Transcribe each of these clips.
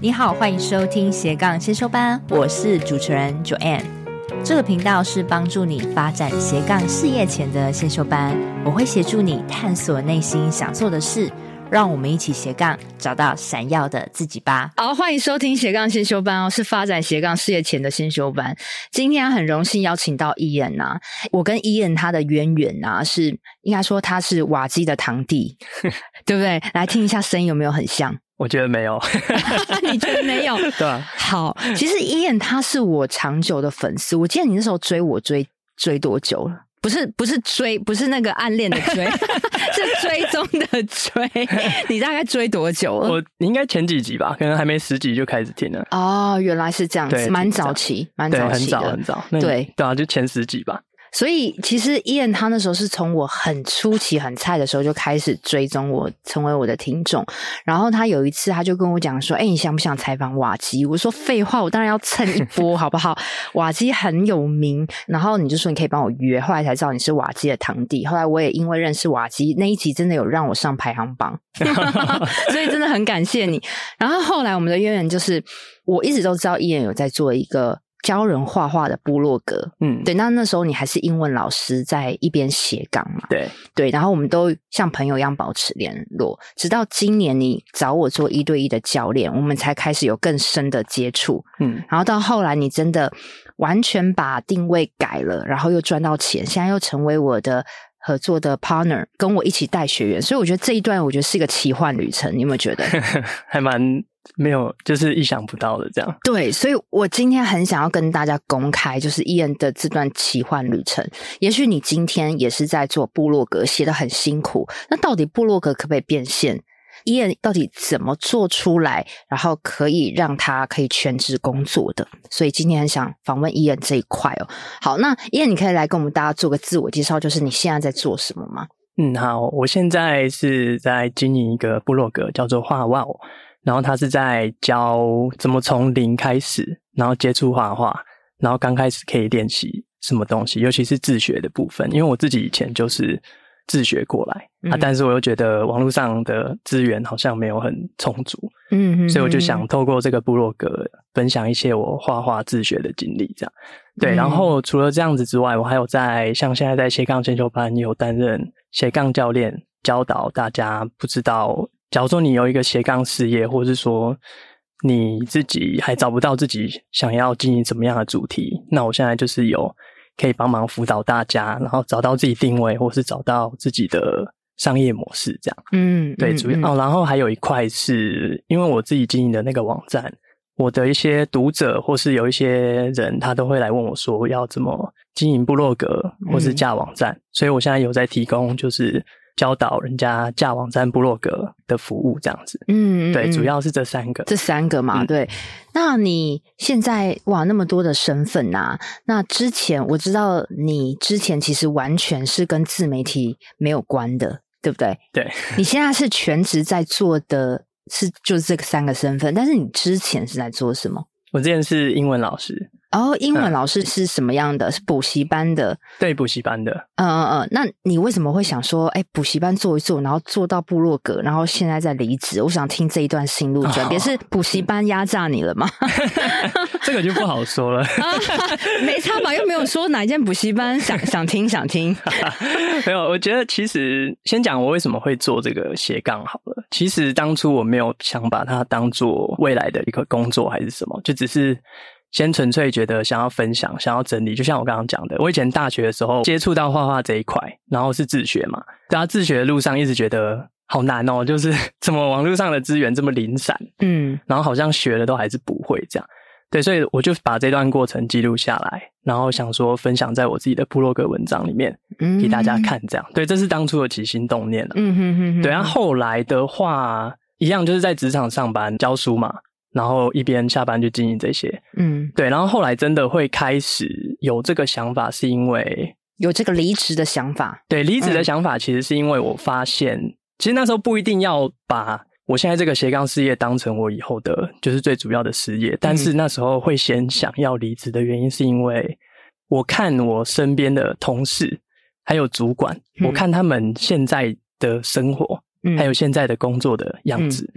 你好，欢迎收听斜杠先修班，我是主持人 Joanne。这个频道是帮助你发展斜杠事业前的先修班，我会协助你探索内心想做的事，让我们一起斜杠找到闪耀的自己吧。好，欢迎收听斜杠先修班是发展斜杠事业前的先修班。今天很荣幸邀请到Ian啊，我跟Ian他的渊源啊，是应该说他是瓦基的堂弟，对不对？来听一下声音有没有很像？ 我觉得没有。 你觉得没有？对啊。好，其实Ian他是我长久的粉丝，我记得你那时候追我追多久了？不是追，不是那个暗恋的追，是追踪的追。你大概追多久了？ 你应该前几集吧，可能还没10集就开始听了。 哦，原来是这样子，蛮早期的， 对，很早。对啊，就前10集吧。 所以其实Ian他那时候是从我很初期很菜的时候就开始追踪我，成为我的听众。然后他有一次他就跟我讲说，你想不想采访瓦基？我说废话，我当然要蹭一波好不好？瓦基很有名，然后你就说你可以帮我约，后来才知道你是瓦基的堂弟。后来我也因为认识瓦基那一集真的有让我上排行榜所以真的很感谢你。然后后来我们的渊源就是我一直都知道Ian有在做一个教人画画的部落格，对，那时候你还是英文老师，在一边斜杠嘛，对，然后我们都像朋友一样保持联络，直到今年你找我做1对1的教练，我们才开始有更深的接触，然后到后来你真的完全把定位改了，然后又赚到钱，现在又成为我的合作的 partner， 跟我一起带学员，所以我觉得这一段我觉得是一个奇幻旅程，你有没有觉得？ 还蛮没有，就是意想不到的这样。 对，所以我今天很想要跟大家公开，就是Ian的这段奇幻旅程。也许你今天也是在做部落格，写得很辛苦，那到底部落格可不可以变现？Ian 到底怎么做出来，然后可以让他可以全职工作的？所以今天很想访问Ian这一块哦。好，那Ian你可以来跟我们大家做个自我介绍，就是你现在在做什么吗？ 好，我现在是在经营一个部落格，叫做画哇哦。然后他是在教怎么从零开始，然后接触画画，然后刚开始可以练习什么东西，尤其是自学的部分。因为我自己以前就是自学过来但是我又觉得网络上的资源好像没有很充足，所以我就想透过这个部落格分享一些我画画自学的经历，这样。对，然后除了这样子之外，我还有像现在在斜杠先修班也有担任斜杠教练，教导大家不知道。假如说你有一个斜杠事业，或是说你自己还找不到自己想要经营什么样的主题，那我现在就是有可以帮忙辅导大家，然后找到自己定位，或是找到自己的商业模式这样。对，主要然后还有一块是因为我自己经营的那个网站，我的一些读者或是有一些人他都会来问我说要怎么经营部落格或是架网站，所以我现在有在提供就是教导人家架网站部落格的服务这样子。对，主要是这三个嘛。对，那你现在那么多的身份啊，那之前我知道你之前其实完全是跟自媒体没有关的，对不对？对，你现在是全职在做的就是这3个身份，但是你之前是在做什么？我之前是英文老师。 英文老师是什么样的？是补习班的？ 对，补习班的。 那你为什么会想说补习班做一做，然后做到部落格，然后现在在离职？我想听这一段心路转变，是补习班压榨你了吗？ 这个就不好说了。 没差吧，又没有说哪一间补习班，想听。 没有，我觉得其实先讲我为什么会做这个斜杠好了。其实当初我没有想把它当做未来的一个工作还是什么，就只是先纯粹觉得想要分享，想要整理。就像我刚刚讲的，我以前大学的时候接触到画画这一块，然后是自学嘛，大家自学的路上一直觉得好难哦，就是怎么网络上的资源这么零散，然后好像学了都还是不会这样。对，所以我就把这段过程记录下来，然后想说分享在我自己的部落格文章里面给大家看这样。对，这是当初的起心动念对，然后后来的话一样就是在职场上班教书嘛，然后一边下班就经营这些。对，然后后来真的会开始有这个想法，是因为有这个离职的想法。 对，离职的想法其实是因为我发现其实那时候不一定要把我现在这个斜杠事业当成我以后的就是最主要的事业，但是那时候会先想要离职的原因是因为我看我身边的同事还有主管，我看他们现在的生活还有现在的工作的样子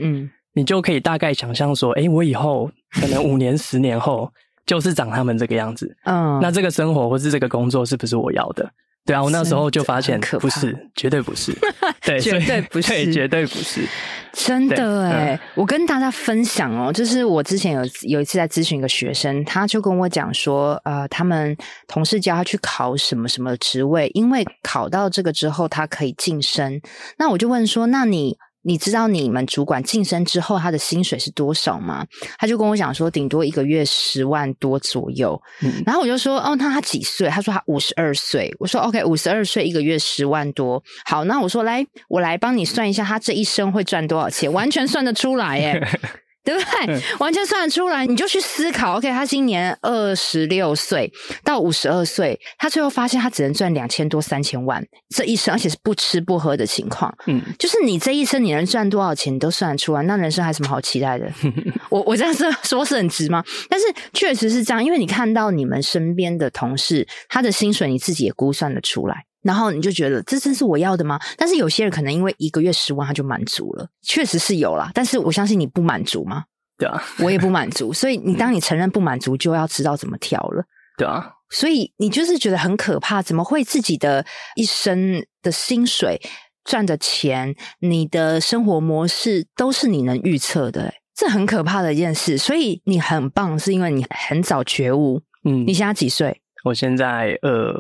你就可以大概想象说，我以后可能5年10年后就是长他们这个样子，那这个生活或是这个工作是不是我要的？对啊，我那时候就发现不是，绝对不是，对， 绝对不是， 对，绝对不是， 真的我跟大家分享哦，就是我之前有一次在咨询一个学生，他就跟我讲说，他们同事叫他去考什么什么职位，因为考到这个之后他可以晋升。那我就问说，那你知道你们主管晋升之后他的薪水是多少吗？他就跟我讲说顶多1个月10万多左右。然后我就说那他几岁？他说他52岁。我说 OK， 52岁1个月10万多。好，那我说我来帮你算一下他这一生会赚多少钱，完全算得出来耶。对不对？完全算得出来。你就去思考 OK， 他今年26岁到52岁，他最后发现他只能赚2000多3000万这一生，而且是不吃不喝的情况。就是你这一生你能赚多少钱你都算得出来，那人生还有什么好期待的？我这样说是很直吗？但是确实是这样，因为你看到你们身边的同事他的薪水你自己也估算得出来，然后你就觉得这真是我要的吗？但是有些人可能因为1个月10万他就满足了，确实是有啦，但是我相信你不满足吗？ 对啊， 我也不满足，所以当你承认不满足就要知道怎么调了。 对啊， 所以你就是觉得很可怕，怎么会自己的一生的薪水赚的钱你的生活模式都是你能预测的这很可怕的一件事。所以你很棒是因为你很早觉悟。你现在几岁？ 我现在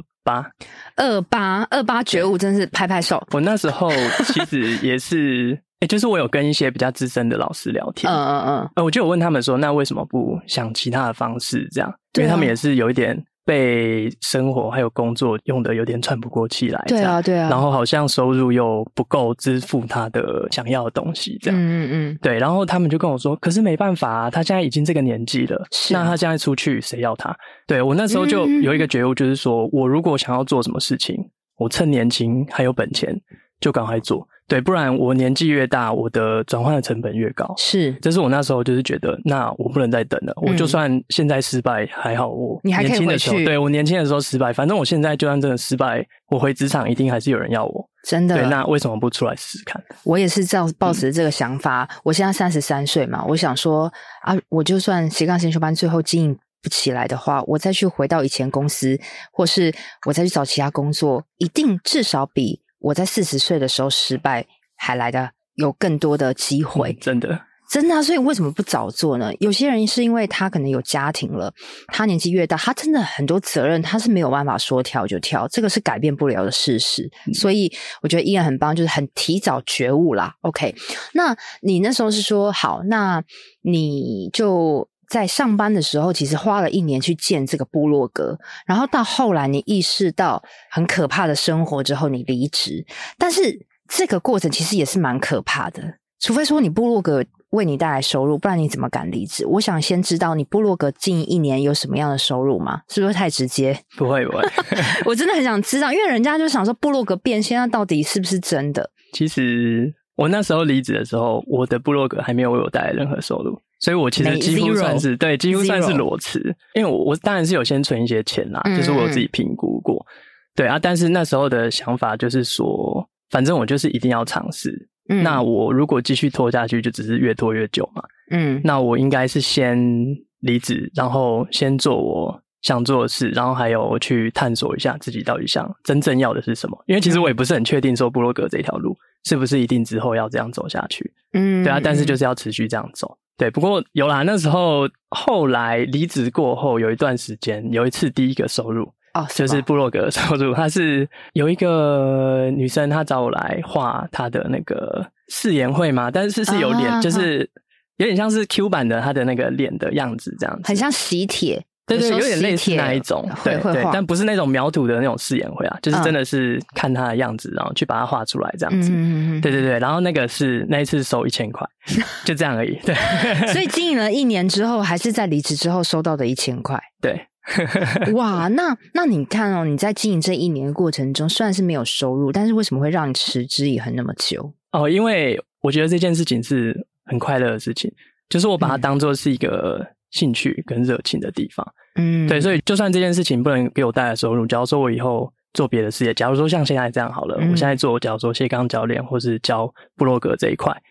28觉悟，真是拍拍手。 我那时候其实也是就是我有跟一些比较资深的老师聊天，我就有问他们说，那为什么不想其他的方式这样？因为他们也是有一点被生活还有工作用的有点喘不过气来，对啊，然后好像收入又不够支付他的想要的东西这样，对，然后他们就跟我说，可是没办法啊，他现在已经这个年纪了，那他现在出去谁要他？对，我那时候就有一个觉悟，就是说我如果想要做什么事情，我趁年轻还有本钱就赶快做。对，不然我年纪越大，我的转换的成本越高。是，这是我那时候就是觉得，那我不能再等了。我就算现在失败，还好我年轻的时候，对，我年轻的时候失败，反正我现在就算真的失败，我回职场一定还是有人要我。真的，对，那为什么不出来试试看？我也是抱持这个想法。我现在33岁嘛，我想说我就算斜杠先修班最后经营不起来的话，我再去回到以前公司，或是我再去找其他工作，一定至少比我在40岁的时候失败还来的有更多的机会。真的啊，所以为什么不早做呢？有些人是因为他可能有家庭了，他年纪越大，他真的很多责任他是没有办法说跳就跳，这个是改变不了的事实。所以我觉得Ian很棒，就是很提早觉悟啦。 OK， 那你那时候是说好，那你就在上班的时候其实花了1年去建这个部落格，然后到后来你意识到很可怕的生活之后你离职，但是这个过程其实也是蛮可怕的，除非说你部落格为你带来收入，不然你怎么敢离职？我想先知道你部落格经营1年有什么样的收入吗？是不是太直接？不会我真的很想知道，因为人家就想说部落格变现，那到底是不是真的？其实我那时候离职的时候，我的部落格还没有为我带来任何收入，所以我其实几乎算是对，几乎算是裸辞。因为我当然是有先存一些钱啦，就是我有自己评估过，对啊。但是那时候的想法就是说，反正我就是一定要尝试。那我如果继续拖下去，就只是越拖越久嘛。那我应该是先离职，然后先做我想做的事，然后还有去探索一下自己到底想真正要的是什么。因为其实我也不是很确定说部落格这条路是不是一定之后要这样走下去。对啊，但是就是要持续这样走。对，不过有啦，那时候后来离职过后有一段时间，有一次第一个收入就是部落格的收入，他是有一个女生她找我来画她的那个誓言会嘛，但是有脸，就是有点像是 Q 版的她的那个脸的样子这样子，很像喜帖。对对，有点类似那一种，对对，但不是那种描图的那种誓言会啊，就是真的是看她的样子，然后去把它画出来这样子。对对对，然后那一次收1000块，就这样而已。对，所以经营了1年之后，还是在离职之后收到的1000块。对。哇，那你看哦，你在经营这1年的过程中，虽然是没有收入，但是为什么会让你持之以恒那么久？因为我觉得这件事情是很快乐的事情，就是我把它当作是一个兴趣跟热情的地方。对，所以就算这件事情不能给我带来收入，假如说我以后做别的事业，假如说像现在这样好了，我现在做假如说斜杠教练或是教部落格这一块，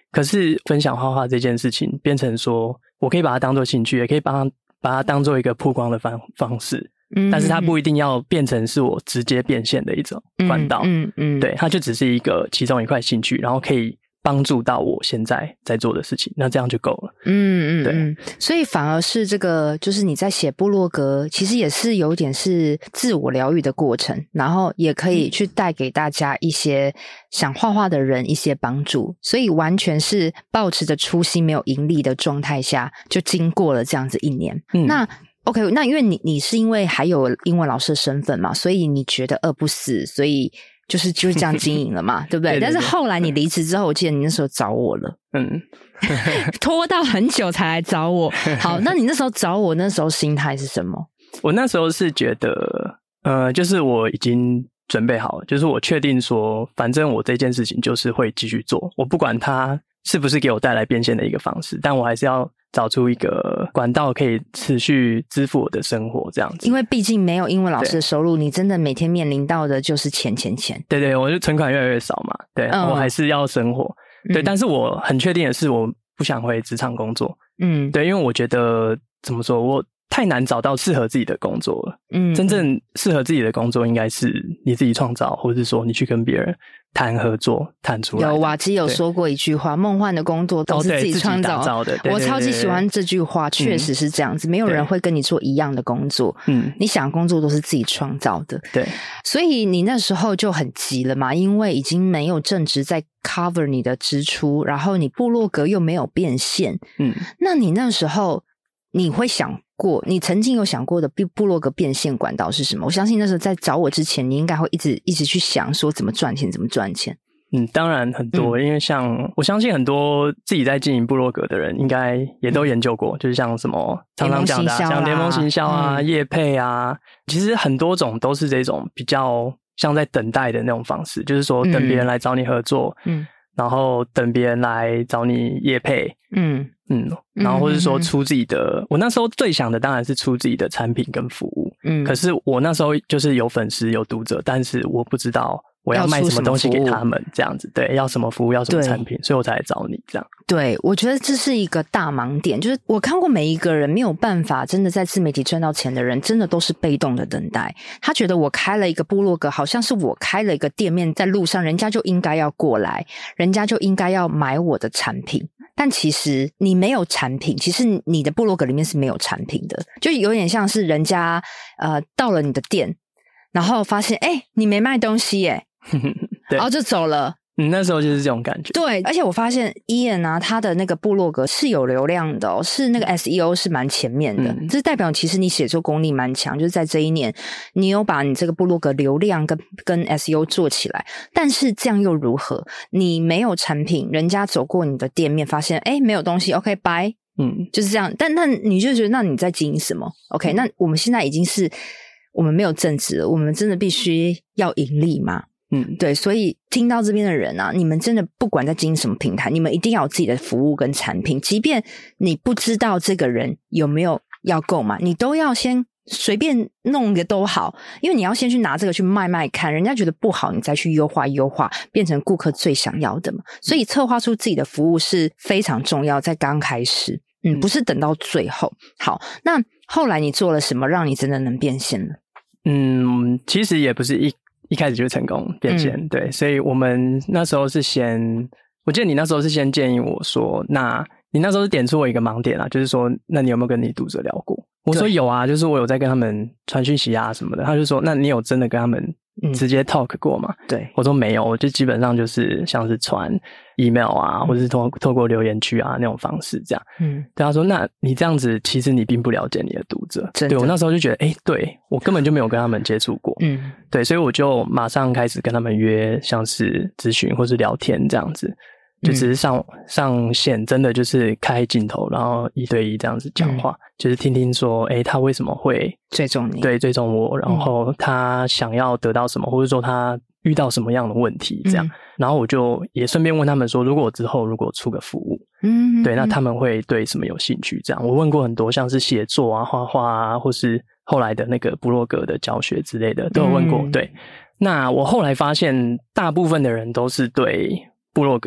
可是分享画画这件事情变成说我可以把它当作兴趣，也可以把它当作一个曝光的方式，但是它不一定要变成是我直接变现的一种管道，对，它就只是一个其中一块兴趣，然后可以帮助到我现在在做的事情，那这样就够了。对， 所以反而是这个，就是你在写部落格，其实也是有点是自我疗愈的过程，然后也可以去带给大家一些想画画的人一些帮助，所以完全是抱持着初心没有盈利的状态下，就经过了这样子1年。那 OK， 那因为你是因为还有英文老师的身份嘛，所以你觉得饿不死，所以就是这样经营了嘛，对不对？ 对对对， 但是后来你离职之后，我记得你那时候找我了，拖到很久才来找我。好，那你那时候找我，那时候心态是什么？ 我那时候是觉得，就是我已经准备好了，就是我确定说，反正我这件事情就是会继续做，我不管它是不是给我带来变现的一个方式，但我还是要找出一个管道可以持续支付我的生活这样子。 因为毕竟没有英文老师的收入，你真的每天面临到的就是钱。 对对，我就存款越来越少嘛，对，我还是要生活。对，但是我很确定的是，我不想回职场工作。对，因为我觉得怎么说，我太难找到适合自己的工作了。真正适合自己的工作应该是你自己创造，或者是说你去跟别人谈合作谈出来的。 有瓦基有说过一句话，梦幻的工作都是自己创造的。我超级喜欢这句话，确实是这样子，没有人会跟你做一样的工作。你想工作都是自己创造的。 对， 所以你那时候就很急了嘛，因为已经没有正职在 cover 你的支出，然后你部落格又没有变现。那你那时候你会想过，你曾经有想过的部落格变现管道是什么？我相信那时候在找我之前，你应该会一直去想说怎么赚钱。 当然很多，因为像我相信很多自己在经营部落格的人，应该也都研究过，就是像什么常常讲的像联盟行销啊、业配啊，其实很多种都是这种比较像在等待的那种方式，就是说等别人来找你合作，然后等别人来找你业配，然后或是说出自己的，我那时候最想的当然是出自己的产品跟服务，可是我那时候就是有粉丝有读者，但是我不知道我要卖什么东西给他们，这样子，对，要什么服务，要什么产品，所以我才来找你这样。 对，我觉得这是一个大盲点，就是我看过每一个人没有办法真的在自媒体赚到钱的人，真的都是被动的等待。他觉得我开了一个部落格，好像是我开了一个店面在路上，人家就应该要过来，人家就应该要买我的产品。但其实你没有产品，其实你的部落格里面是没有产品的，就有点像是人家到了你的店，然后发现你没卖东西耶然后就走了。 那时候就是这种感觉。 对，而且我发现 Ian 啊，他的那个部落格是有流量的是那个 SEO 是蛮前面的，这代表其实你写作功力蛮强，就是在这一年你有把你这个部落格流量跟 SEO 做起来。但是这样又如何？你没有产品，人家走过你的店面发现没有东西 OK 拜，就是这样。但你就觉得那你在经营什么 OK， 那我们现在已经是我们没有正职了，我们真的必须要盈利嘛。对，所以听到这边的人啊，你们真的不管在经营什么平台，你们一定要有自己的服务跟产品，即便你不知道这个人有没有要购买，你都要先随便弄一个都好，因为你要先去拿这个去卖看，人家觉得不好，你再去优化，变成顾客最想要的嘛。所以策划出自己的服务是非常重要，在刚开始，不是等到最后。好，那后来你做了什么让你真的能变现呢？ 其实也不是一开始就成功变现，对，所以我们那时候是我记得你那时候是先建议我说，那你那时候是点出我一个盲点啊，就是说，那你有没有跟你读者聊过？我说有啊，就是我有在跟他们传讯息啊什么的。他就说，那你有真的跟他们直接 talk 过吗？对，我说没有，我就基本上就是像是传 email 啊，或者是透过留言区啊那种方式这样。对，他说，那你这样子其实你并不了解你的读者。对，我那时候就觉得对，我根本就没有跟他们接触过。对，所以我就马上开始跟他们约像是咨询或是聊天这样子。就只是上线，真的就是开镜头，然后1对1这样子讲话，就是听听说，他为什么会追踪你？ 对，追踪我，然后他想要得到什么，或者说他遇到什么样的问题，这样。然后我就也顺便问他们说，如果之后出个服务，对，那他们会对什么有兴趣？这样，我问过很多，像是写作啊、画画啊，或是后来的那个部落格的教学之类的，都有问过。对，那我后来发现，大部分的人都是对部落格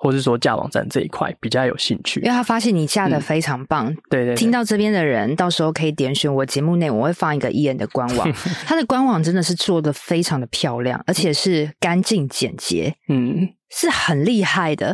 或是说架网站这一块比较有兴趣， 因为他发现你架得非常棒， 对对， 听到这边的人到时候可以点选我节目内我会放一个Ian的官网他的官网真的是做得非常的漂亮，而且是干净简洁，是很厉害的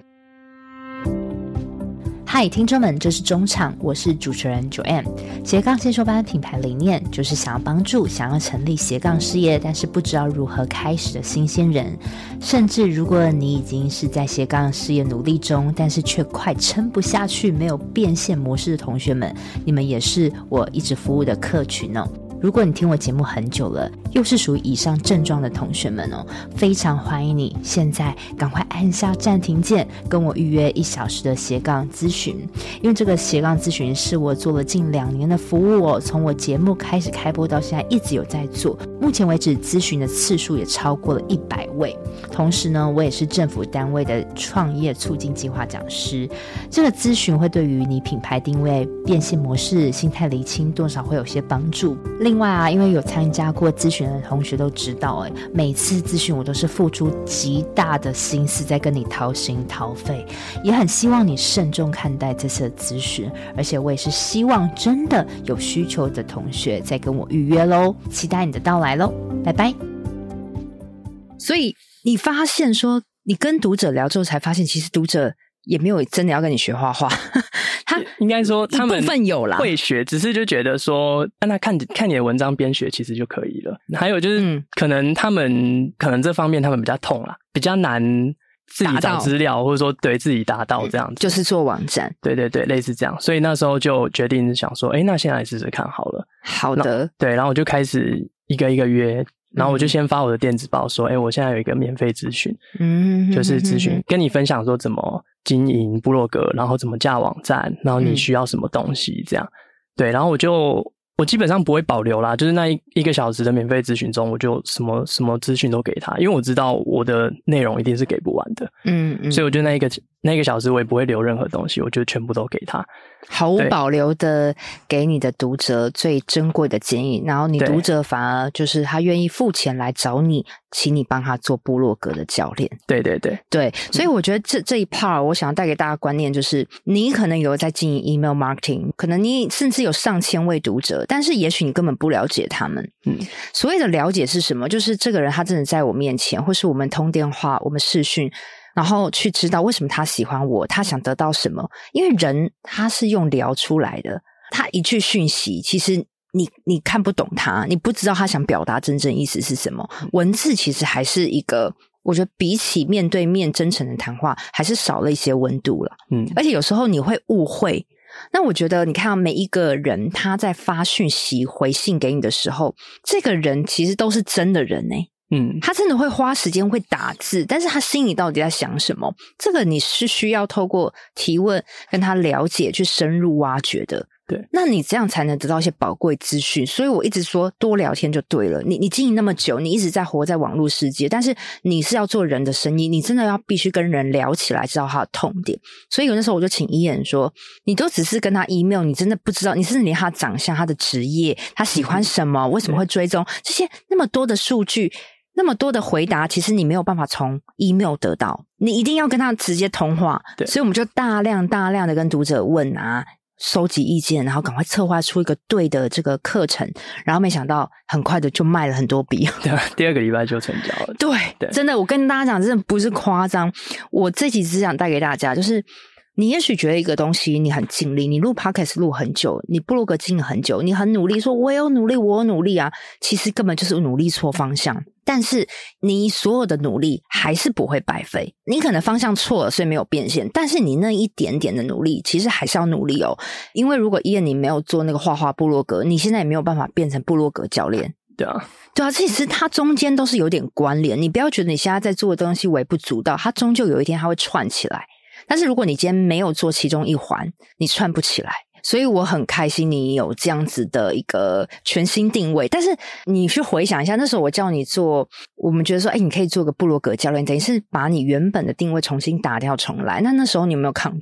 嗨，听众们，这是中场，我是主持人 Joanne。斜杠先修班品牌理念就是想要帮助想要成立斜杠事业，但是不知道如何开始的新鲜人，甚至如果你已经是在斜杠事业努力中，但是却快撑不下去，没有变现模式的同学们，你们也是我一直服务的客群哦。如果你听我节目很久了，又是属于以上症状的同学们哦，非常欢迎你现在赶快按下暂停键，跟我预约1小时的斜杠咨询。因为这个斜杠咨询是我做了近2年的服务哦，从我节目开始开播到现在一直有在做，目前为止咨询的次数也超过了100位。同时呢，我也是政府单位的创业促进计划讲师。这个咨询会对于你品牌定位、变现模式、心态厘清多少会有些帮助。另外啊，因为有参加过咨询的同学都知道，每次咨询我都是付出极大的心思在跟你掏心掏肺，也很希望你慎重看待这次的咨询，而且我也是希望真的有需求的同学再跟我预约咯，期待你的到来咯，拜拜。 所以你发现说你跟读者聊之后才发现，其实读者也没有真的要跟你学画画他应该说他们一部分有啦会学，只是就觉得说那看你的文章边学其实就可以了。还有就是可能这方面他们比较痛啦，比较难自己找资料，或者说对自己达到这样子， 就是做网站， 对对对，类似这样。所以那时候就决定想说那现在来试试看好了。 好的， 对，然后我就开始一个一个约，然后我就先发我的电子报说我现在有一个免费咨询，就是咨询跟你分享说怎么经营部落格，然后怎么架网站，然后你需要什么东西这样。对，然后我基本上不会保留啦，就是那一个小时的免费咨询中，我就什么资讯都给他，因为我知道我的内容一定是给不完的，所以我就那一个小时我也不会留任何东西，我就全部都给他， 毫无保留的给你的读者最珍贵的建议，然后你读者反而就是他愿意付钱来找你，请你帮他做部落格的教练。 对对对对，所以我觉得这一 part 我想要带给大家观念就是，你可能有在经营 email marketing， 可能你甚至有上千位读者，但是也许你根本不了解他们。所谓的了解是什么？就是这个人他真的在我面前，或是我们通电话，我们视讯，然后去知道为什么他喜欢我，他想得到什么。因为人他是用聊出来的，他一句讯息其实你看不懂他，你不知道他想表达真正意思是什么。文字其实还是一个，我觉得比起面对面真诚的谈话还是少了一些温度了。而且有时候你会误会。那我觉得你看每一个人他在发讯息回信给你的时候，这个人其实都是真的人他真的会花时间会打字，但是他心里到底在想什么，这个你是需要透过提问跟他了解去深入挖掘的。 对， 那你这样才能得到一些宝贵资讯。所以我一直说多聊天就对了。你经营那么久，你一直在活在网络世界，但是你是要做人的生意，你真的要必须跟人聊起来，知道他的痛点。所以有那时候我就请Ian说，你都只是跟他 email， 你真的不知道，你甚至连他长相、他的职业、他喜欢什么、为什么会追踪这些那么多的数据，那么多的回答，其实你没有办法从 email 得到，你一定要跟他直接通话。所以我们就大量的跟读者问收集意见，然后赶快策划出一个对的这个课程，然后没想到很快的就卖了很多笔。 对，第2个礼拜就成交了。 对，真的，我跟大家讲，真的不是夸张。我这集只想带给大家，就是你也许觉得一个东西你很尽力，你录 podcast 录很久，你部落格经营很久，你很努力，说我有努力，我有努力啊，其实根本就是努力错方向。但是你所有的努力还是不会白费，你可能方向错了，所以没有变现，但是你那一点点的努力其实还是要努力哦。因为如果Ian你没有做那个画画部落格，你现在也没有办法变成部落格教练。 对啊， 其实它中间都是有点关联，你不要觉得你现在在做的东西微不足道，它终究有一天它会串起来。但是如果你今天没有做其中一环，你串不起来。所以我很开心你有这样子的一个全新定位。但是你去回想一下，那时候我叫你做，我们觉得说你可以做个部落格教练，等于是把你原本的定位重新打掉重来。那时候你有没有抗拒？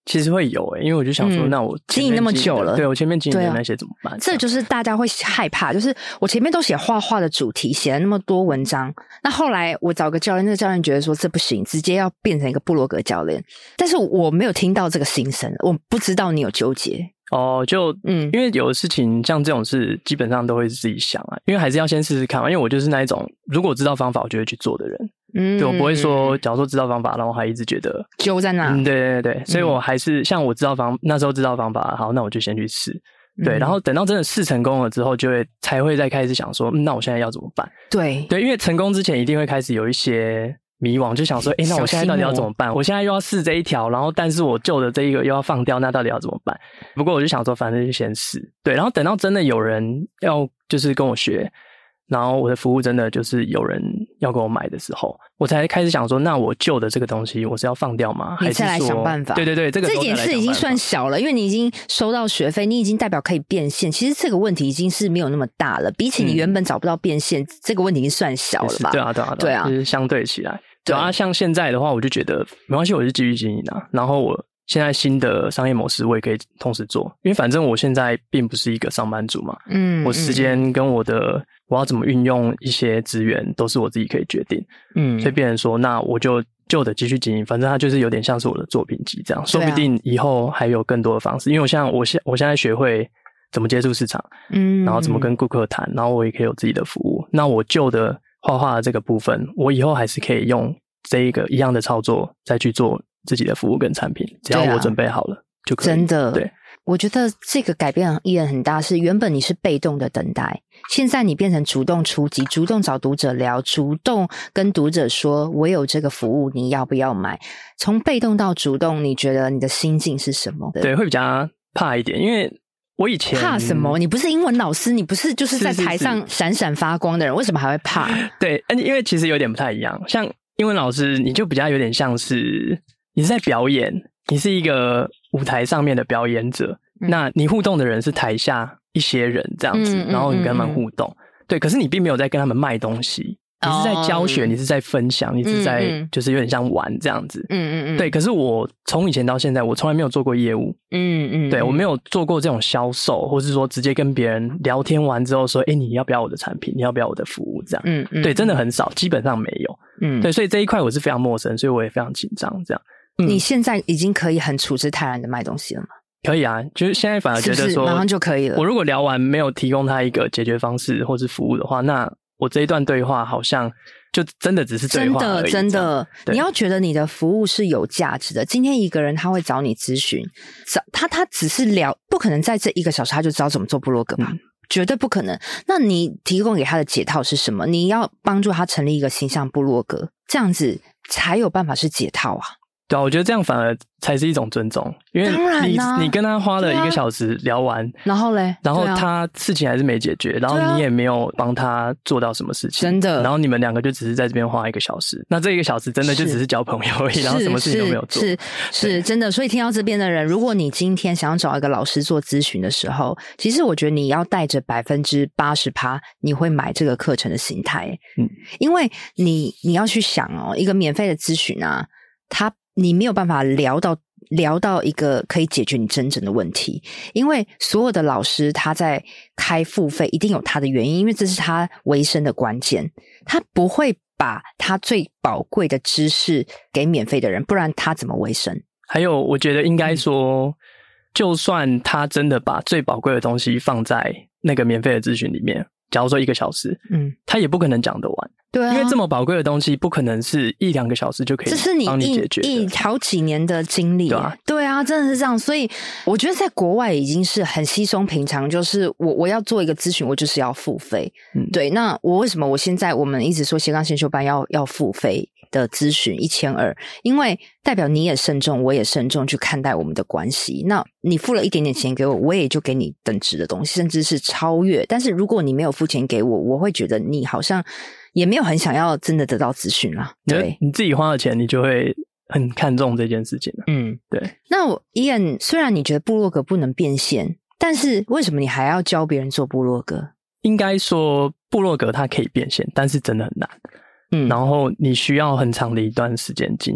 其实会有因为我就想说，那我经营那么久了， 对我前面经营的那些怎么办？ 这就是大家会害怕，就是我前面都写画画的主题，写了那么多文章，那后来我找个教练，那个教练觉得说这不行，直接要变成一个部落格教练，但是我没有听到这个心声，我不知道你有纠结。 因为有的事情像这种事基本上都会自己想啊，因为还是要先试试看嘛，因为我就是那一种如果知道方法我就会去做的人。对，我不会说假如说知道方法然后还一直觉得揪在那。 对，所以我还是像我那时候知道方法，好，那我就先去试。对，然后等到真的试成功了之后，才会再开始想说，那我现在要怎么办？对，因为成功之前一定会开始有一些迷惘，就想说那我现在到底要怎么办？我现在又要试这一条，然后但是我旧的这一个又要放掉，那到底要怎么办？不过我就想说反正就先试。对，然后等到真的有人要就是跟我学，然后我的服务真的就是有人要跟我买的时候，我才开始想说，那我旧的这个东西我是要放掉吗？还是说你再来想办法？ 对，这件事已经算小了，因为你已经收到学费，你已经代表可以变现。其实这个问题已经是没有那么大了，比起你原本找不到变现，这个问题已经算小了吧？ 对啊，就是相对起来。对啊，像现在的话，我就觉得没关系，我就继续经营啊。然后我现在新的商业模式我也可以同时做，因为反正我现在并不是一个上班族嘛。我时间跟我要怎么运用一些资源都是我自己可以决定。所以变成说，那我就旧的继续经营，反正它就是有点像是我的作品集这样，说不定以后还有更多的方式。因为我现在学会怎么接触市场，然后怎么跟顾客谈，然后我也可以有自己的服务。那我旧的画画的这个部分，我以后还是可以用这一个一样的操作再去做自己的服务跟产品，只要我准备好了就可以。 真的， 对， 我觉得这个改变意义很大，是原本你是被动的等待，现在你变成主动出击，主动找读者聊，主动跟读者说我有这个服务，你要不要买？从被动到主动，你觉得你的心境是什么？ 对，会比较怕一点，因为我以前怕什么？你不是英文老师，你不是就是在台上闪闪发光的人，为什么还会怕？ 对，因为其实有点不太一样。像英文老师，你就比较有点像是你是在表演，你是一个舞台上面的表演者，那你互动的人是台下一些人这样子，然后你跟他们互动。对，可是你并没有在跟他们卖东西。你是在教学，你是在分享，你是在就是有点像玩这样子。对，可是我从以前到现在，我从来没有做过业务。对，我没有做过这种销售，或是说直接跟别人聊天完之后说，你要不要我的产品？你要不要我的服务？这样。对，真的很少，基本上没有。对，所以这一块我是非常陌生，所以我也非常紧张。这样。 你现在已经可以很处之泰然的卖东西了吗？ 可以啊，就是现在反而觉得说， 马上就可以了。 我如果聊完没有提供他一个解决方式或是服务的话，那我这一段对话好像就真的只是对话而已。 真的，你要觉得你的服务是有价值的。今天一个人他会找你咨询，他只是聊，不可能在这1个小时他就知道怎么做部落格吧？绝对不可能。那你提供给他的解套是什么？你要帮助他成立一个形象部落格，这样子才有办法是解套啊。 对啊，我觉得这样反而才是一种尊重，因为你跟他花了1个小时聊完， 然后嘞， 然后他事情还是没解决，然后你也没有帮他做到什么事情， 真的， 然后你们2个就只是在这边花1个小时，那这1个小时真的就只是交朋友而已，然后什么事情都没有做， 是真的。所以听到这边的人，如果你今天想要找一个老师做咨询的时候，其实我觉得你要带着80%你会买这个课程的心态，因为你要去想一个免费的咨询啊，你没有办法聊到一个可以解决你真正的问题，因为所有的老师他在开付费一定有他的原因，因为这是他维生的关键，他不会把他最宝贵的知识给免费的人，不然他怎么维生？ 还有我觉得应该说，就算他真的把最宝贵的东西放在那个免费的咨询里面，假如说1个小时，他也不可能讲得完。 对啊， 因为这么宝贵的东西不可能是1-2个小时就可以帮你解决的， 这是你好几年的经历。对啊，真的是这样。所以我觉得在国外已经是很稀松平常，就是我要做一个咨询，我就是要付费。对，那为什么我们一直说斜杠先修班要付费的咨询1200，因为代表你也慎重，我也慎重去看待我们的关系。那你付了一点点钱给我，我也就给你等值的东西，甚至是超越。但是如果你没有付钱给我，我会觉得你好像也没有很想要真的得到资讯啦。对， 你自己花了钱，你就会很看重这件事情了。对。 那Ian，虽然你觉得部落格不能变现，但是为什么你还要教别人做部落格？ 应该说部落格它可以变现，但是真的很难。然后你需要很长的一段时间经营。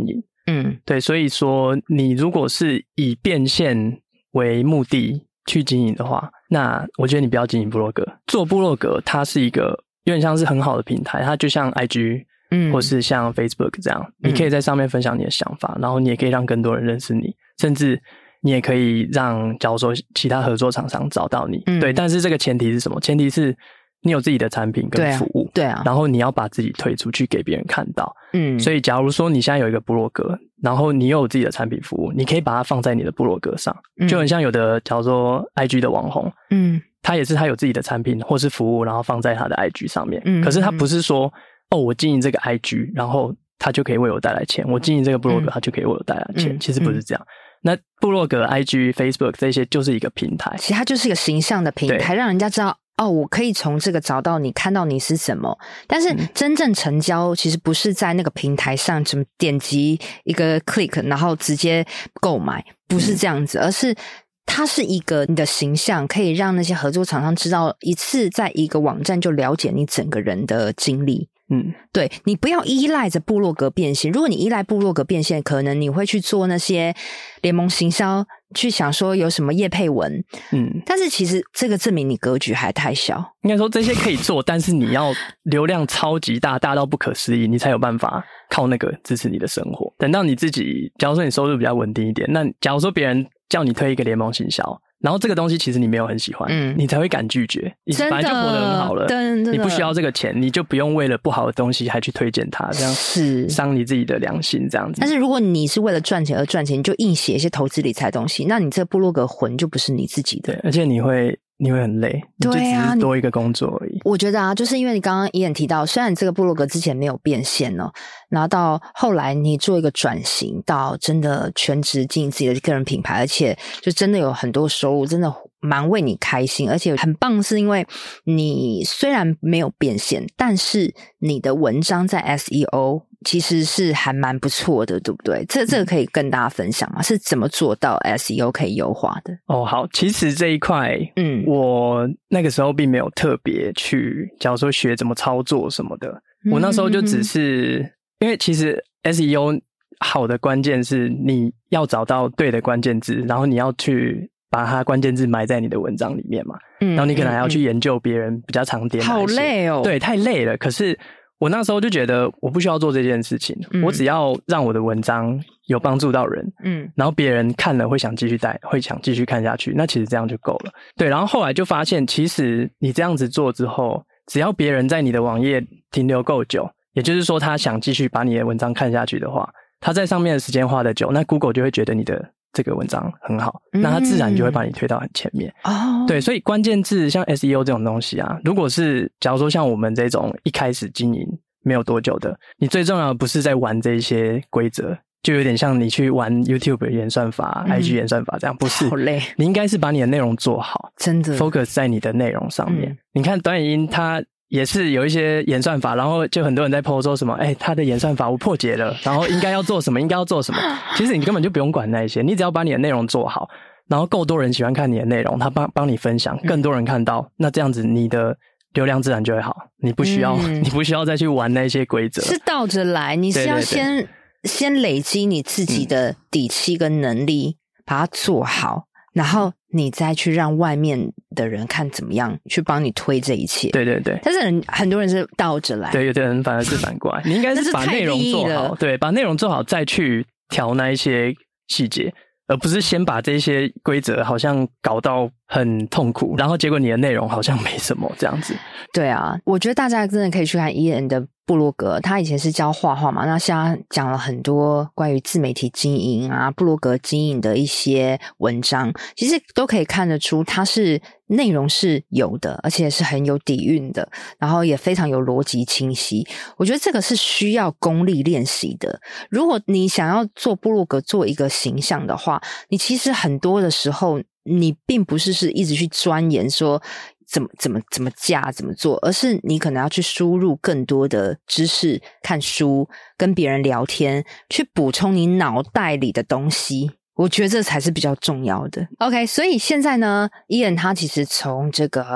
对，所以说你如果是以变现为目的去经营的话，那我觉得你不要经营部落格。做部落格它是一个有点像是很好的平台，它就像 IG或是像 Facebook 这样，你可以在上面分享你的想法，然后你也可以让更多人认识你，甚至你也可以让假如说其他合作厂商找到你。对，但是这个前提是什么？前提是你有自己的产品跟服务， 对啊， 然后你要把自己推出去给别人看到。所以假如说你现在有一个部落格，然后你又有自己的产品服务，你可以把它放在你的部落格上，就很像有的假如说 IG 的网红，他也是他有自己的产品或是服务，然后放在他的 IG 上面。可是他不是说我经营这个 IG， 然后他就可以为我带来钱，我经营这个部落格他就可以为我带来钱，其实不是这样。那部落格 IG、Facebook 这些就是一个平台， 其实它就是一个形象的平台，让人家知道我可以从这个找到你，看到你是什么。但是真正成交其实不是在那个平台上怎么点击一个 click 然后直接购买，不是这样子，而是它是一个你的形象可以让那些合作厂商知道，一次在一个网站就了解你整个人的经历。对，你不要依赖着部落格变现。如果你依赖部落格变现，可能你会去做那些联盟行销，去想说有什么业配文。但是其实这个证明你格局还太小。 应该说这些可以做，但是你要流量超级大，大到不可思议，你才有办法靠那个支持你的生活。等到你自己，假如说你收入比较稳定一点，那假如说别人叫你推一个联盟行销，然后这个东西其实你没有很喜欢，你才会敢拒绝。你本来就活得很好了，你不需要这个钱，你就不用为了不好的东西还去推荐它，这样是伤你自己的良心这样子。 但是如果你是为了赚钱而赚钱，你就硬写一些投资理财的东西，那你这部落格魂就不是你自己的。 对，而且你会很累，你就只是多一个工作而已。 我觉得就是因为你刚刚Ian提到，虽然你这个部落格之前没有变现哦，然后到后来你做一个转型，到真的全职经营自己的个人品牌，而且就真的有很多收入，真的蛮为你开心。而且很棒是因为你虽然没有变现，但是你的文章在 SEO 其实是还蛮不错的，对不对？这个可以跟大家分享吗？是怎么做到 SEO 可以优化的？ 好，其实这一块我那个时候并没有特别去假如说学怎么操作什么的，我那时候就只是因为其实 SEO 好的关键是你要找到对的关键字，然后你要去把它关键字埋在你的文章里面嘛，然后你可能还要去研究别人比较常点哪些， 好累哦。 对，太累了。可是我那时候就觉得我不需要做这件事情，我只要让我的文章有帮助到人，然后别人看了会想继续看下去，那其实这样就够了。对，然后后来就发现其实你这样子做之后，只要别人在你的网页停留够久，也就是说他想继续把你的文章看下去的话，他在上面的时间花得久，那 Google 就会觉得你的这个文章很好，那他自然就会把你推到很前面。对，所以关键字像 SEO 这种东西啊，如果是假如说像我们这种一开始经营没有多久的，你最重要的不是在玩这些规则，就有点像你去玩 YouTube 演算法、IG 演算法这样，不是， 好累。 你应该是把你的内容做好， 真的 focus 在你的内容上面。你看短影音它也是有一些演算法，然后就很多人在 po 说什么他的演算法我破解了，然后应该要做什么应该要做什么。其实你根本就不用管那些，你只要把你的内容做好，然后够多人喜欢看你的内容，他帮你分享，更多人看到，那这样子你的流量自然就会好。你不需要再去玩那些规则， 是倒着来，你是要先累积你自己的底气跟能力，把它做好，然后你再去让外面的人看怎么样去帮你推这一切。对，但是很多人是倒着来， 对，有的人反而是反过来。你应该是把内容做好，对，把内容做好再去调那一些细节，而不是先把这些规则好像搞到很痛苦，然后结果你的内容好像没什么这样子。 对啊，我觉得大家真的可以去看Ian的部落格，他以前是教画画嘛，那现在讲了很多关于自媒体经营啊、部落格经营的一些文章，其实都可以看得出他是内容是有的，而且是很有底蕴的，然后也非常有逻辑清晰。我觉得这个是需要功力练习的。如果你想要做部落格做一个形象的话，你其实很多的时候你并不是一直去钻研说怎么架怎么做，而是你可能要去输入更多的知识，看书，跟别人聊天，去补充你脑袋里的东西。我觉得这才是比较重要的。OK， 所以现在呢 Ian 他其实从这个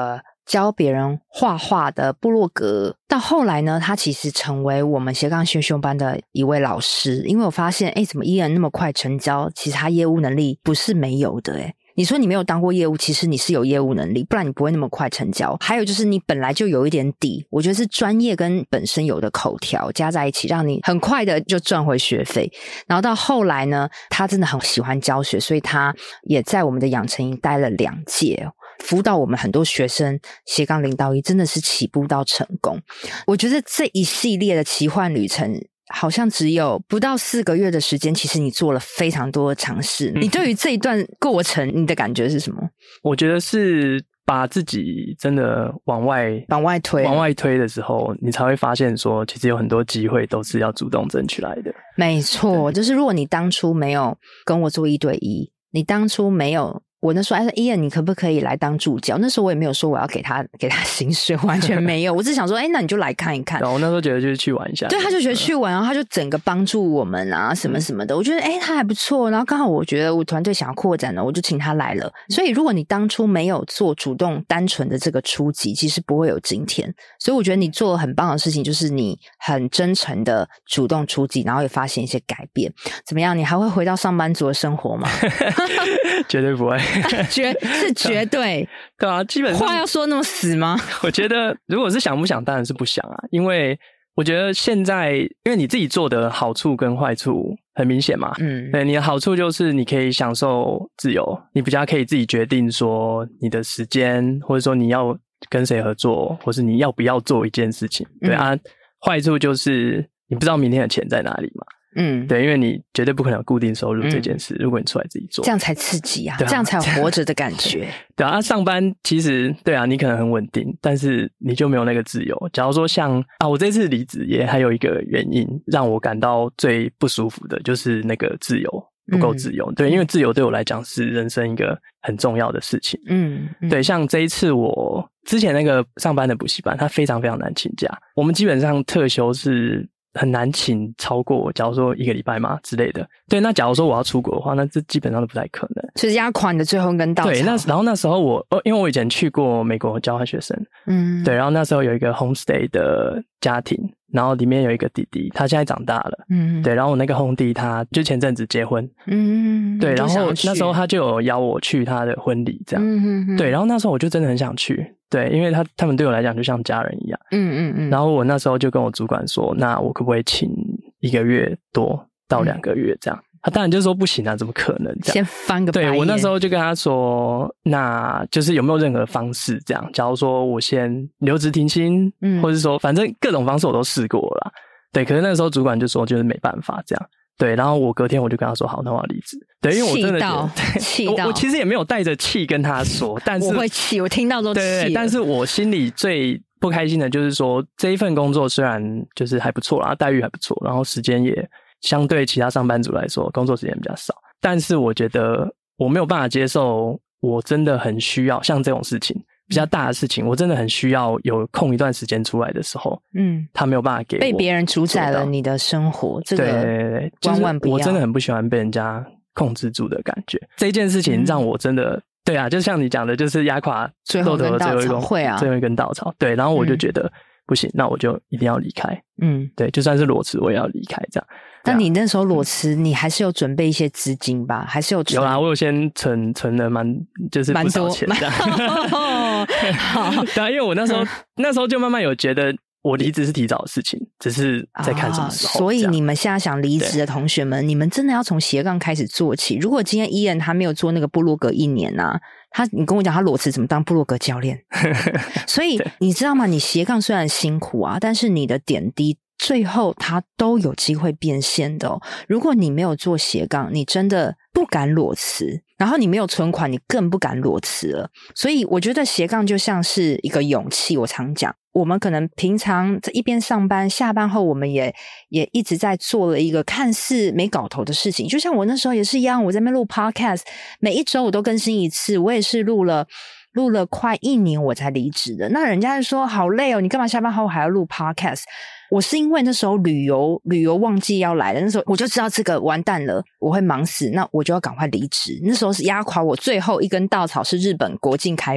教别人画画的部落格，到后来呢，他其实成为我们斜杠先修班的一位老师。因为我发现怎么Ian那么快成交，其实他业务能力不是没有的你说你没有当过业务，其实你是有业务能力，不然你不会那么快成交。还有就是你本来就有一点底，我觉得是专业跟本身有的口条加在一起，让你很快的就赚回学费。然后到后来呢，他真的很喜欢教学，所以他也在我们的养成营待了2届辅导我们很多学生斜杠0到1，真的是起步到成功。我觉得这一系列的奇幻旅程好像只有不到4个月的时间，其实你做了非常多的尝试。你对于这一段过程你的感觉是什么？ 我觉得是把自己真的往外推的时候，你才会发现说其实有很多机会都是要主动争取来的。没错，就是如果你当初没有跟我做1对1，你当初没有我那时候Ian 你可不可以来当助教，那时候我也没有说我要给他薪水，完全没有我只想说那你就来看一看。 我那时候觉得就是去玩一下， 对，他就觉得去玩，然后他就整个帮助我们啊什么什么的，我觉得他还不错。然后刚好我觉得我团队想要扩展了，我就请他来了。所以如果你当初没有做主动单纯的这个出击，其实不会有今天。所以我觉得你做了很棒的事情，就是你很真诚的主动出击，然后也发现一些改变。怎么样，你还会回到上班族的生活吗？ 绝对不会是绝对对啊，基本上话要说那么死吗？ 我觉得如果是想不想当然是不想啊，因为我觉得现在因为你自己做的好处跟坏处很明显嘛，对，你的好处就是你可以享受自由，你比较可以自己决定说你的时间，或者说你要跟谁合作，或是你要不要做一件事情，对啊，坏处就是你不知道明天的钱在哪里嘛，对，因为你绝对不可能有固定收入这件事，如果你出来自己做， 这样才刺激啊，这样才有活着的感觉。 对啊，上班其实对啊，你可能很稳定，但是你就没有那个自由。假如说像我这次离职也还有一个原因让我感到最不舒服的，就是那个自由不够自由。对，因为自由对我来讲是人生一个很重要的事情。对，像这一次我之前那个上班的补习班，它非常非常难请假，我们基本上特休是很难请超过假如说1个礼拜嘛之类的。对，那假如说我要出国的话，那这基本上都不太可能， 就是压垮你的最后一根稻草。 对，然后那时候因为我以前去过美国交换学生，对，然后那时候有一个 homestay 的家庭，然后里面有一个弟弟，他现在长大了，对，然后我那个兄弟他就前阵子结婚，对，然后那时候他就有邀我去他的婚礼这样，对，然后那时候我就真的很想去，对，因为他们对我来讲就像家人一样，然后我那时候就跟我主管说，那我可不可以请1个月多到2个月这样？他当然就说不行啊，怎么可能这样？ 先翻个白眼。 对，我那时候就跟他说，那就是有没有任何方式这样？假如说我先留职停薪，或者说反正各种方式我都试过了啦。对，可是那个时候主管就说就是没办法这样。对，然后我隔天我就跟他说好，那我要离职。对，因为我真的觉得气到， 我其实也没有带着气跟他说，但是我会气，我听到都气。 对，但是我心里最不开心的就是说，这一份工作虽然就是还不错啦，待遇还不错，然后时间也相对其他上班族来说工作时间比较少，但是我觉得我没有办法接受，我真的很需要像这种事情比较大的事情，我真的很需要有空一段时间出来的时候，他没有办法给我， 被别人主宰了你的生活，这个对， 万万不要。 我真的很不喜欢被人家控制住的感觉，这件事情让我真的对啊，就像你讲的，就是压垮最后一根稻草，会啊， 最后一根稻草。对，然后我就觉得不行，那我就一定要离开。对，就算是裸辞我也要离开这样。 但你那时候裸辞，你还是有准备一些资金吧？还是有存？ 有啦，我有先存了就是不少钱这样。好，对啊，因为我那时候就慢慢有觉得我离职是提早的事情，只是在看什么时候。 所以你们现在想离职的同学们，你们真的要从斜杠开始做起。如果今天Ian他没有做那个部落格1年啊，你跟我讲他裸辞怎么当部落格教练？所以你知道吗？你斜杠虽然辛苦啊，但是你的点滴最后它都有机会变现的哦。如果你没有做斜杠，你真的不敢裸辞，然后你没有存款，你更不敢裸辞了。所以我觉得斜杠就像是一个勇气。我常讲，我们可能平常一边上班，下班后我们也一直在做了一个看似没搞头的事情。就像我那时候也是一样，我在那边录 podcast， 每一周我都更新一次，我也是录了快1年我才离职的。那人家就说好累哦，你干嘛下班后还要录 podcast？ 我是因为那时候旅游旺季要来了，那时候我就知道这个完蛋了，我会忙死，那我就要赶快离职。那时候是压垮我最后一根稻草是日本国境开放，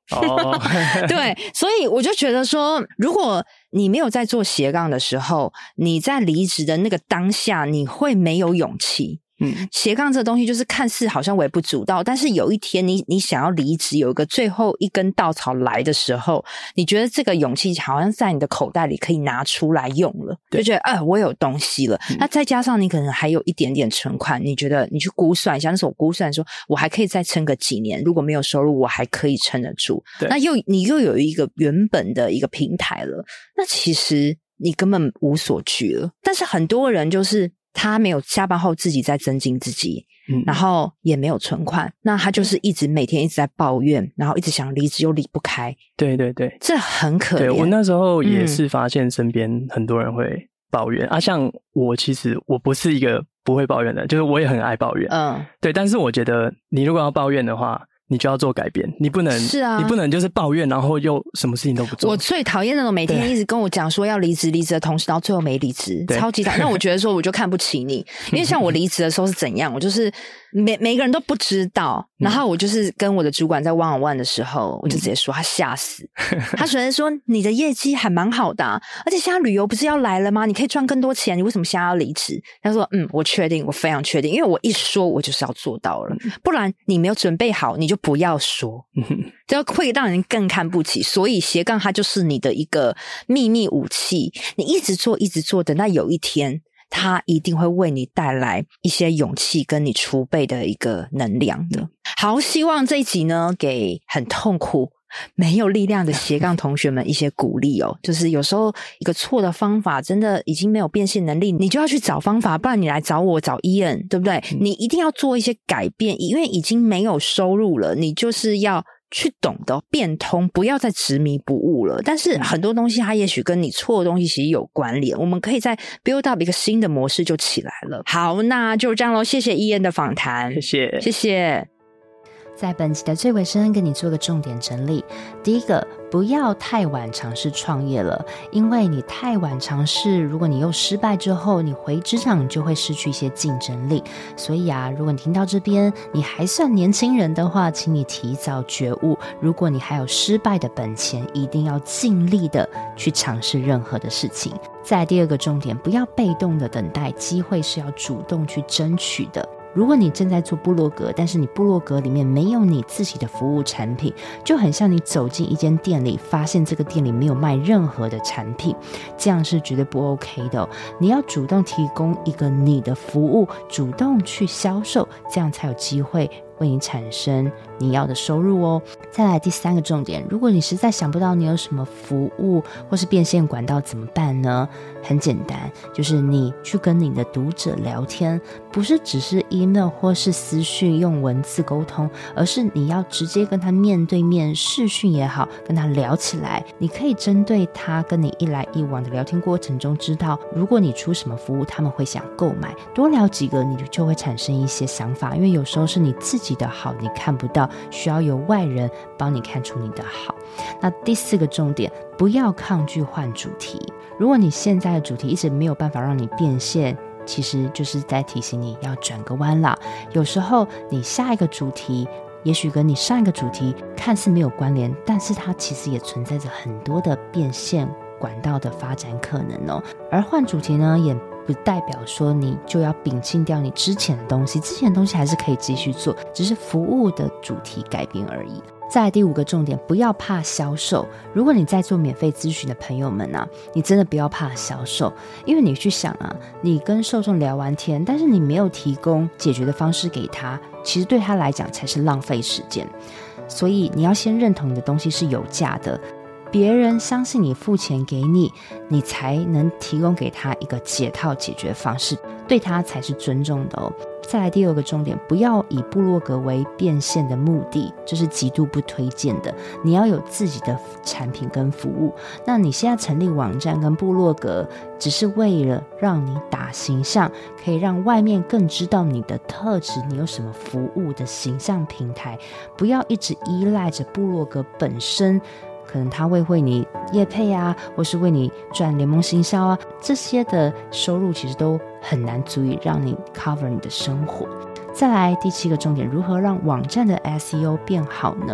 哦， 对，所以我就觉得说，如果你没有在做斜杠的时候，你在离职的那个当下，你会没有勇气。斜杠这个东西就是看似好像微不足道，但是有一天你想要离职，有一个最后一根稻草来的时候，你觉得这个勇气好像在你的口袋里可以拿出来用了，就觉得我有东西了。那再加上你可能还有一点点存款，你觉得你去估算一下，那时候我估算说我还可以再撑个几年，如果没有收入我还可以撑得住。那你又有一个原本的一个平台了，那其实你根本无所惧了。但是很多人就是他没有下班后自己在增进自己，然后也没有存款，那他就是每天一直在抱怨，然后一直想离职又离不开。 对对对， 这很可怜。 对，我那时候也是发现身边很多人会抱怨像我其实我不是一个不会抱怨的，就是我也很爱抱怨。对，但是我觉得你如果要抱怨的话，你就要做改变，你不能你不能就是抱怨然后又什么事情都不做。我最讨厌那种每天一直跟我讲说要离职的同事，然后最后没离职，超级讨厌。那我觉得说我就看不起你，因为像我离职的时候是怎样，我就是每个人都不知道，然后我就是跟我的主管在 one on one 的时候，我就直接说他吓死，他首先说你的业绩还蛮好的而且现在旅游不是要来了吗？你可以赚更多钱，你为什么现在要离职？他说我确定，我非常确定，因为我一说我就是要做到了，不然你没有准备好你就不要说，这会让人更看不起。所以斜杠它就是你的一个秘密武器，你一直做一直做，等到有一天它一定会为你带来一些勇气跟你储备的一个能量的。好，希望这一集呢给很痛苦没有力量的斜杠同学们一些鼓励就是有时候一个错的方法真的已经没有变现能力，你就要去找方法，不然你来找我找 Ian 对不对？你一定要做一些改变，因为已经没有收入了，你就是要去懂得变通，不要再执迷不悟了。但是很多东西它也许跟你错的东西其实有关联，我们可以再 build up 一个新的模式就起来了。好，那就这样咯，谢谢Ian的访谈，谢谢。 在本集的最尾声跟你做个重点整理。第一个，不要太晚尝试创业了，因为你太晚尝试，如果你又失败之后，你回职场就会失去一些竞争力。所以如果你听到这边你还算年轻人的话，请你提早觉悟，如果你还有失败的本钱，一定要尽力的去尝试任何的事情。再来第二个重点，不要被动的等待，机会是要主动去争取的。如果你正在做部落格，但是你部落格里面没有你自己的服务产品，就很像你走进一间店里，发现这个店里没有卖任何的产品，这样是绝对不 OK 的你要主动提供一个你的服务，主动去销售，这样才有机会为你产生你要的收入再来第三个重点，如果你实在想不到你有什么服务或是变现管道怎么办呢？很简单，就是你去跟你的读者聊天，不是只是 email 或是私讯用文字沟通，而是你要直接跟他面对面视讯也好，跟他聊起来。你可以针对他跟你一来一往的聊天过程中，知道如果你出什么服务他们会想购买，多聊几个你就会产生一些想法，因为有时候是你自己的好你看不到，需要有外人帮你看出你的好。那第四个重点，不要抗拒换主题。如果你现在的主题一直没有办法让你变现，其实就是在提醒你要转个弯啦。有时候你下一个主题也许跟你上一个主题看似没有关联，但是它其实也存在着很多的变现管道的发展可能而换主题呢，也不代表说你就要摒弃掉你之前的东西，之前的东西还是可以继续做，只是服务的主题改变而已。再来第五个重点，不要怕销售。如果你在做免费咨询的朋友们你真的不要怕销售，因为你去想你跟受众聊完天，但是你没有提供解决的方式给他，其实对他来讲才是浪费时间。所以你要先认同你的东西是有价的，别人相信你付钱给你，你才能提供给他一个解套解决方式，对他才是尊重的再来第二个重点，不要以部落格为变现的目的，这是极度不推荐的。你要有自己的产品跟服务。那你现在成立网站跟部落格，只是为了让你打形象，可以让外面更知道你的特质，你有什么服务的形象平台。不要一直依赖着部落格本身，可能他会为你业配或是为你赚联盟行销这些的收入其实都很难足以让你 cover 你的生活。再来第七个重点，如何让网站的 SEO 变好呢？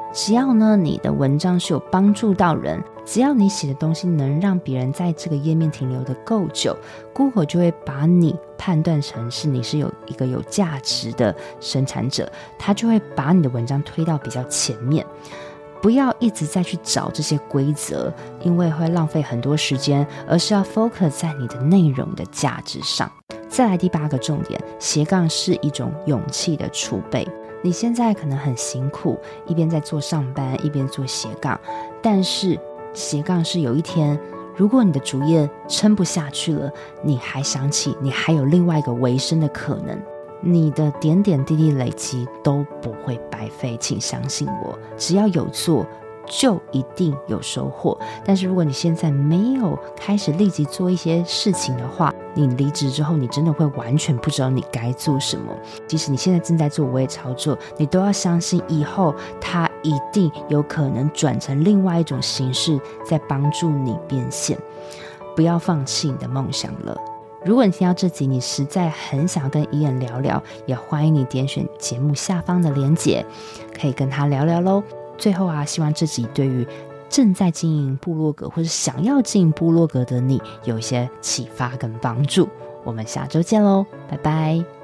只要呢你的文章是有帮助到人，只要你写的东西能让别人在这个页面停留的够久， Google 就会把你判断成是你是有一个有价值的生产者，它就会把你的文章推到比较前面。不要一直在去找这些规则，因为会浪费很多时间，而是要 focus 在你的内容的价值上。再来第8个重点，斜杠是一种勇气的储备。你现在可能很辛苦，一边在做上班，一边做斜杠，但是斜杠是有一天，如果你的主业撑不下去了，你还想起你还有另外一个维生的可能，你的点点滴滴累积都不会白费，请相信我，只要有做就一定有收获。但是如果你现在没有开始立即做一些事情的话，你离职之后你真的会完全不知道你该做什么。即使你现在正在做无畏操作，你都要相信以后它一定有可能转成另外一种形式，在帮助你变现。不要放弃你的梦想了。如果你听到这集，你实在很想跟Ian聊聊，也欢迎你点选节目下方的连结，可以跟他聊聊咯。最后希望这集对于正在经营部落格或是想要经营部落格的你有一些启发跟帮助。我们下周见咯，拜拜。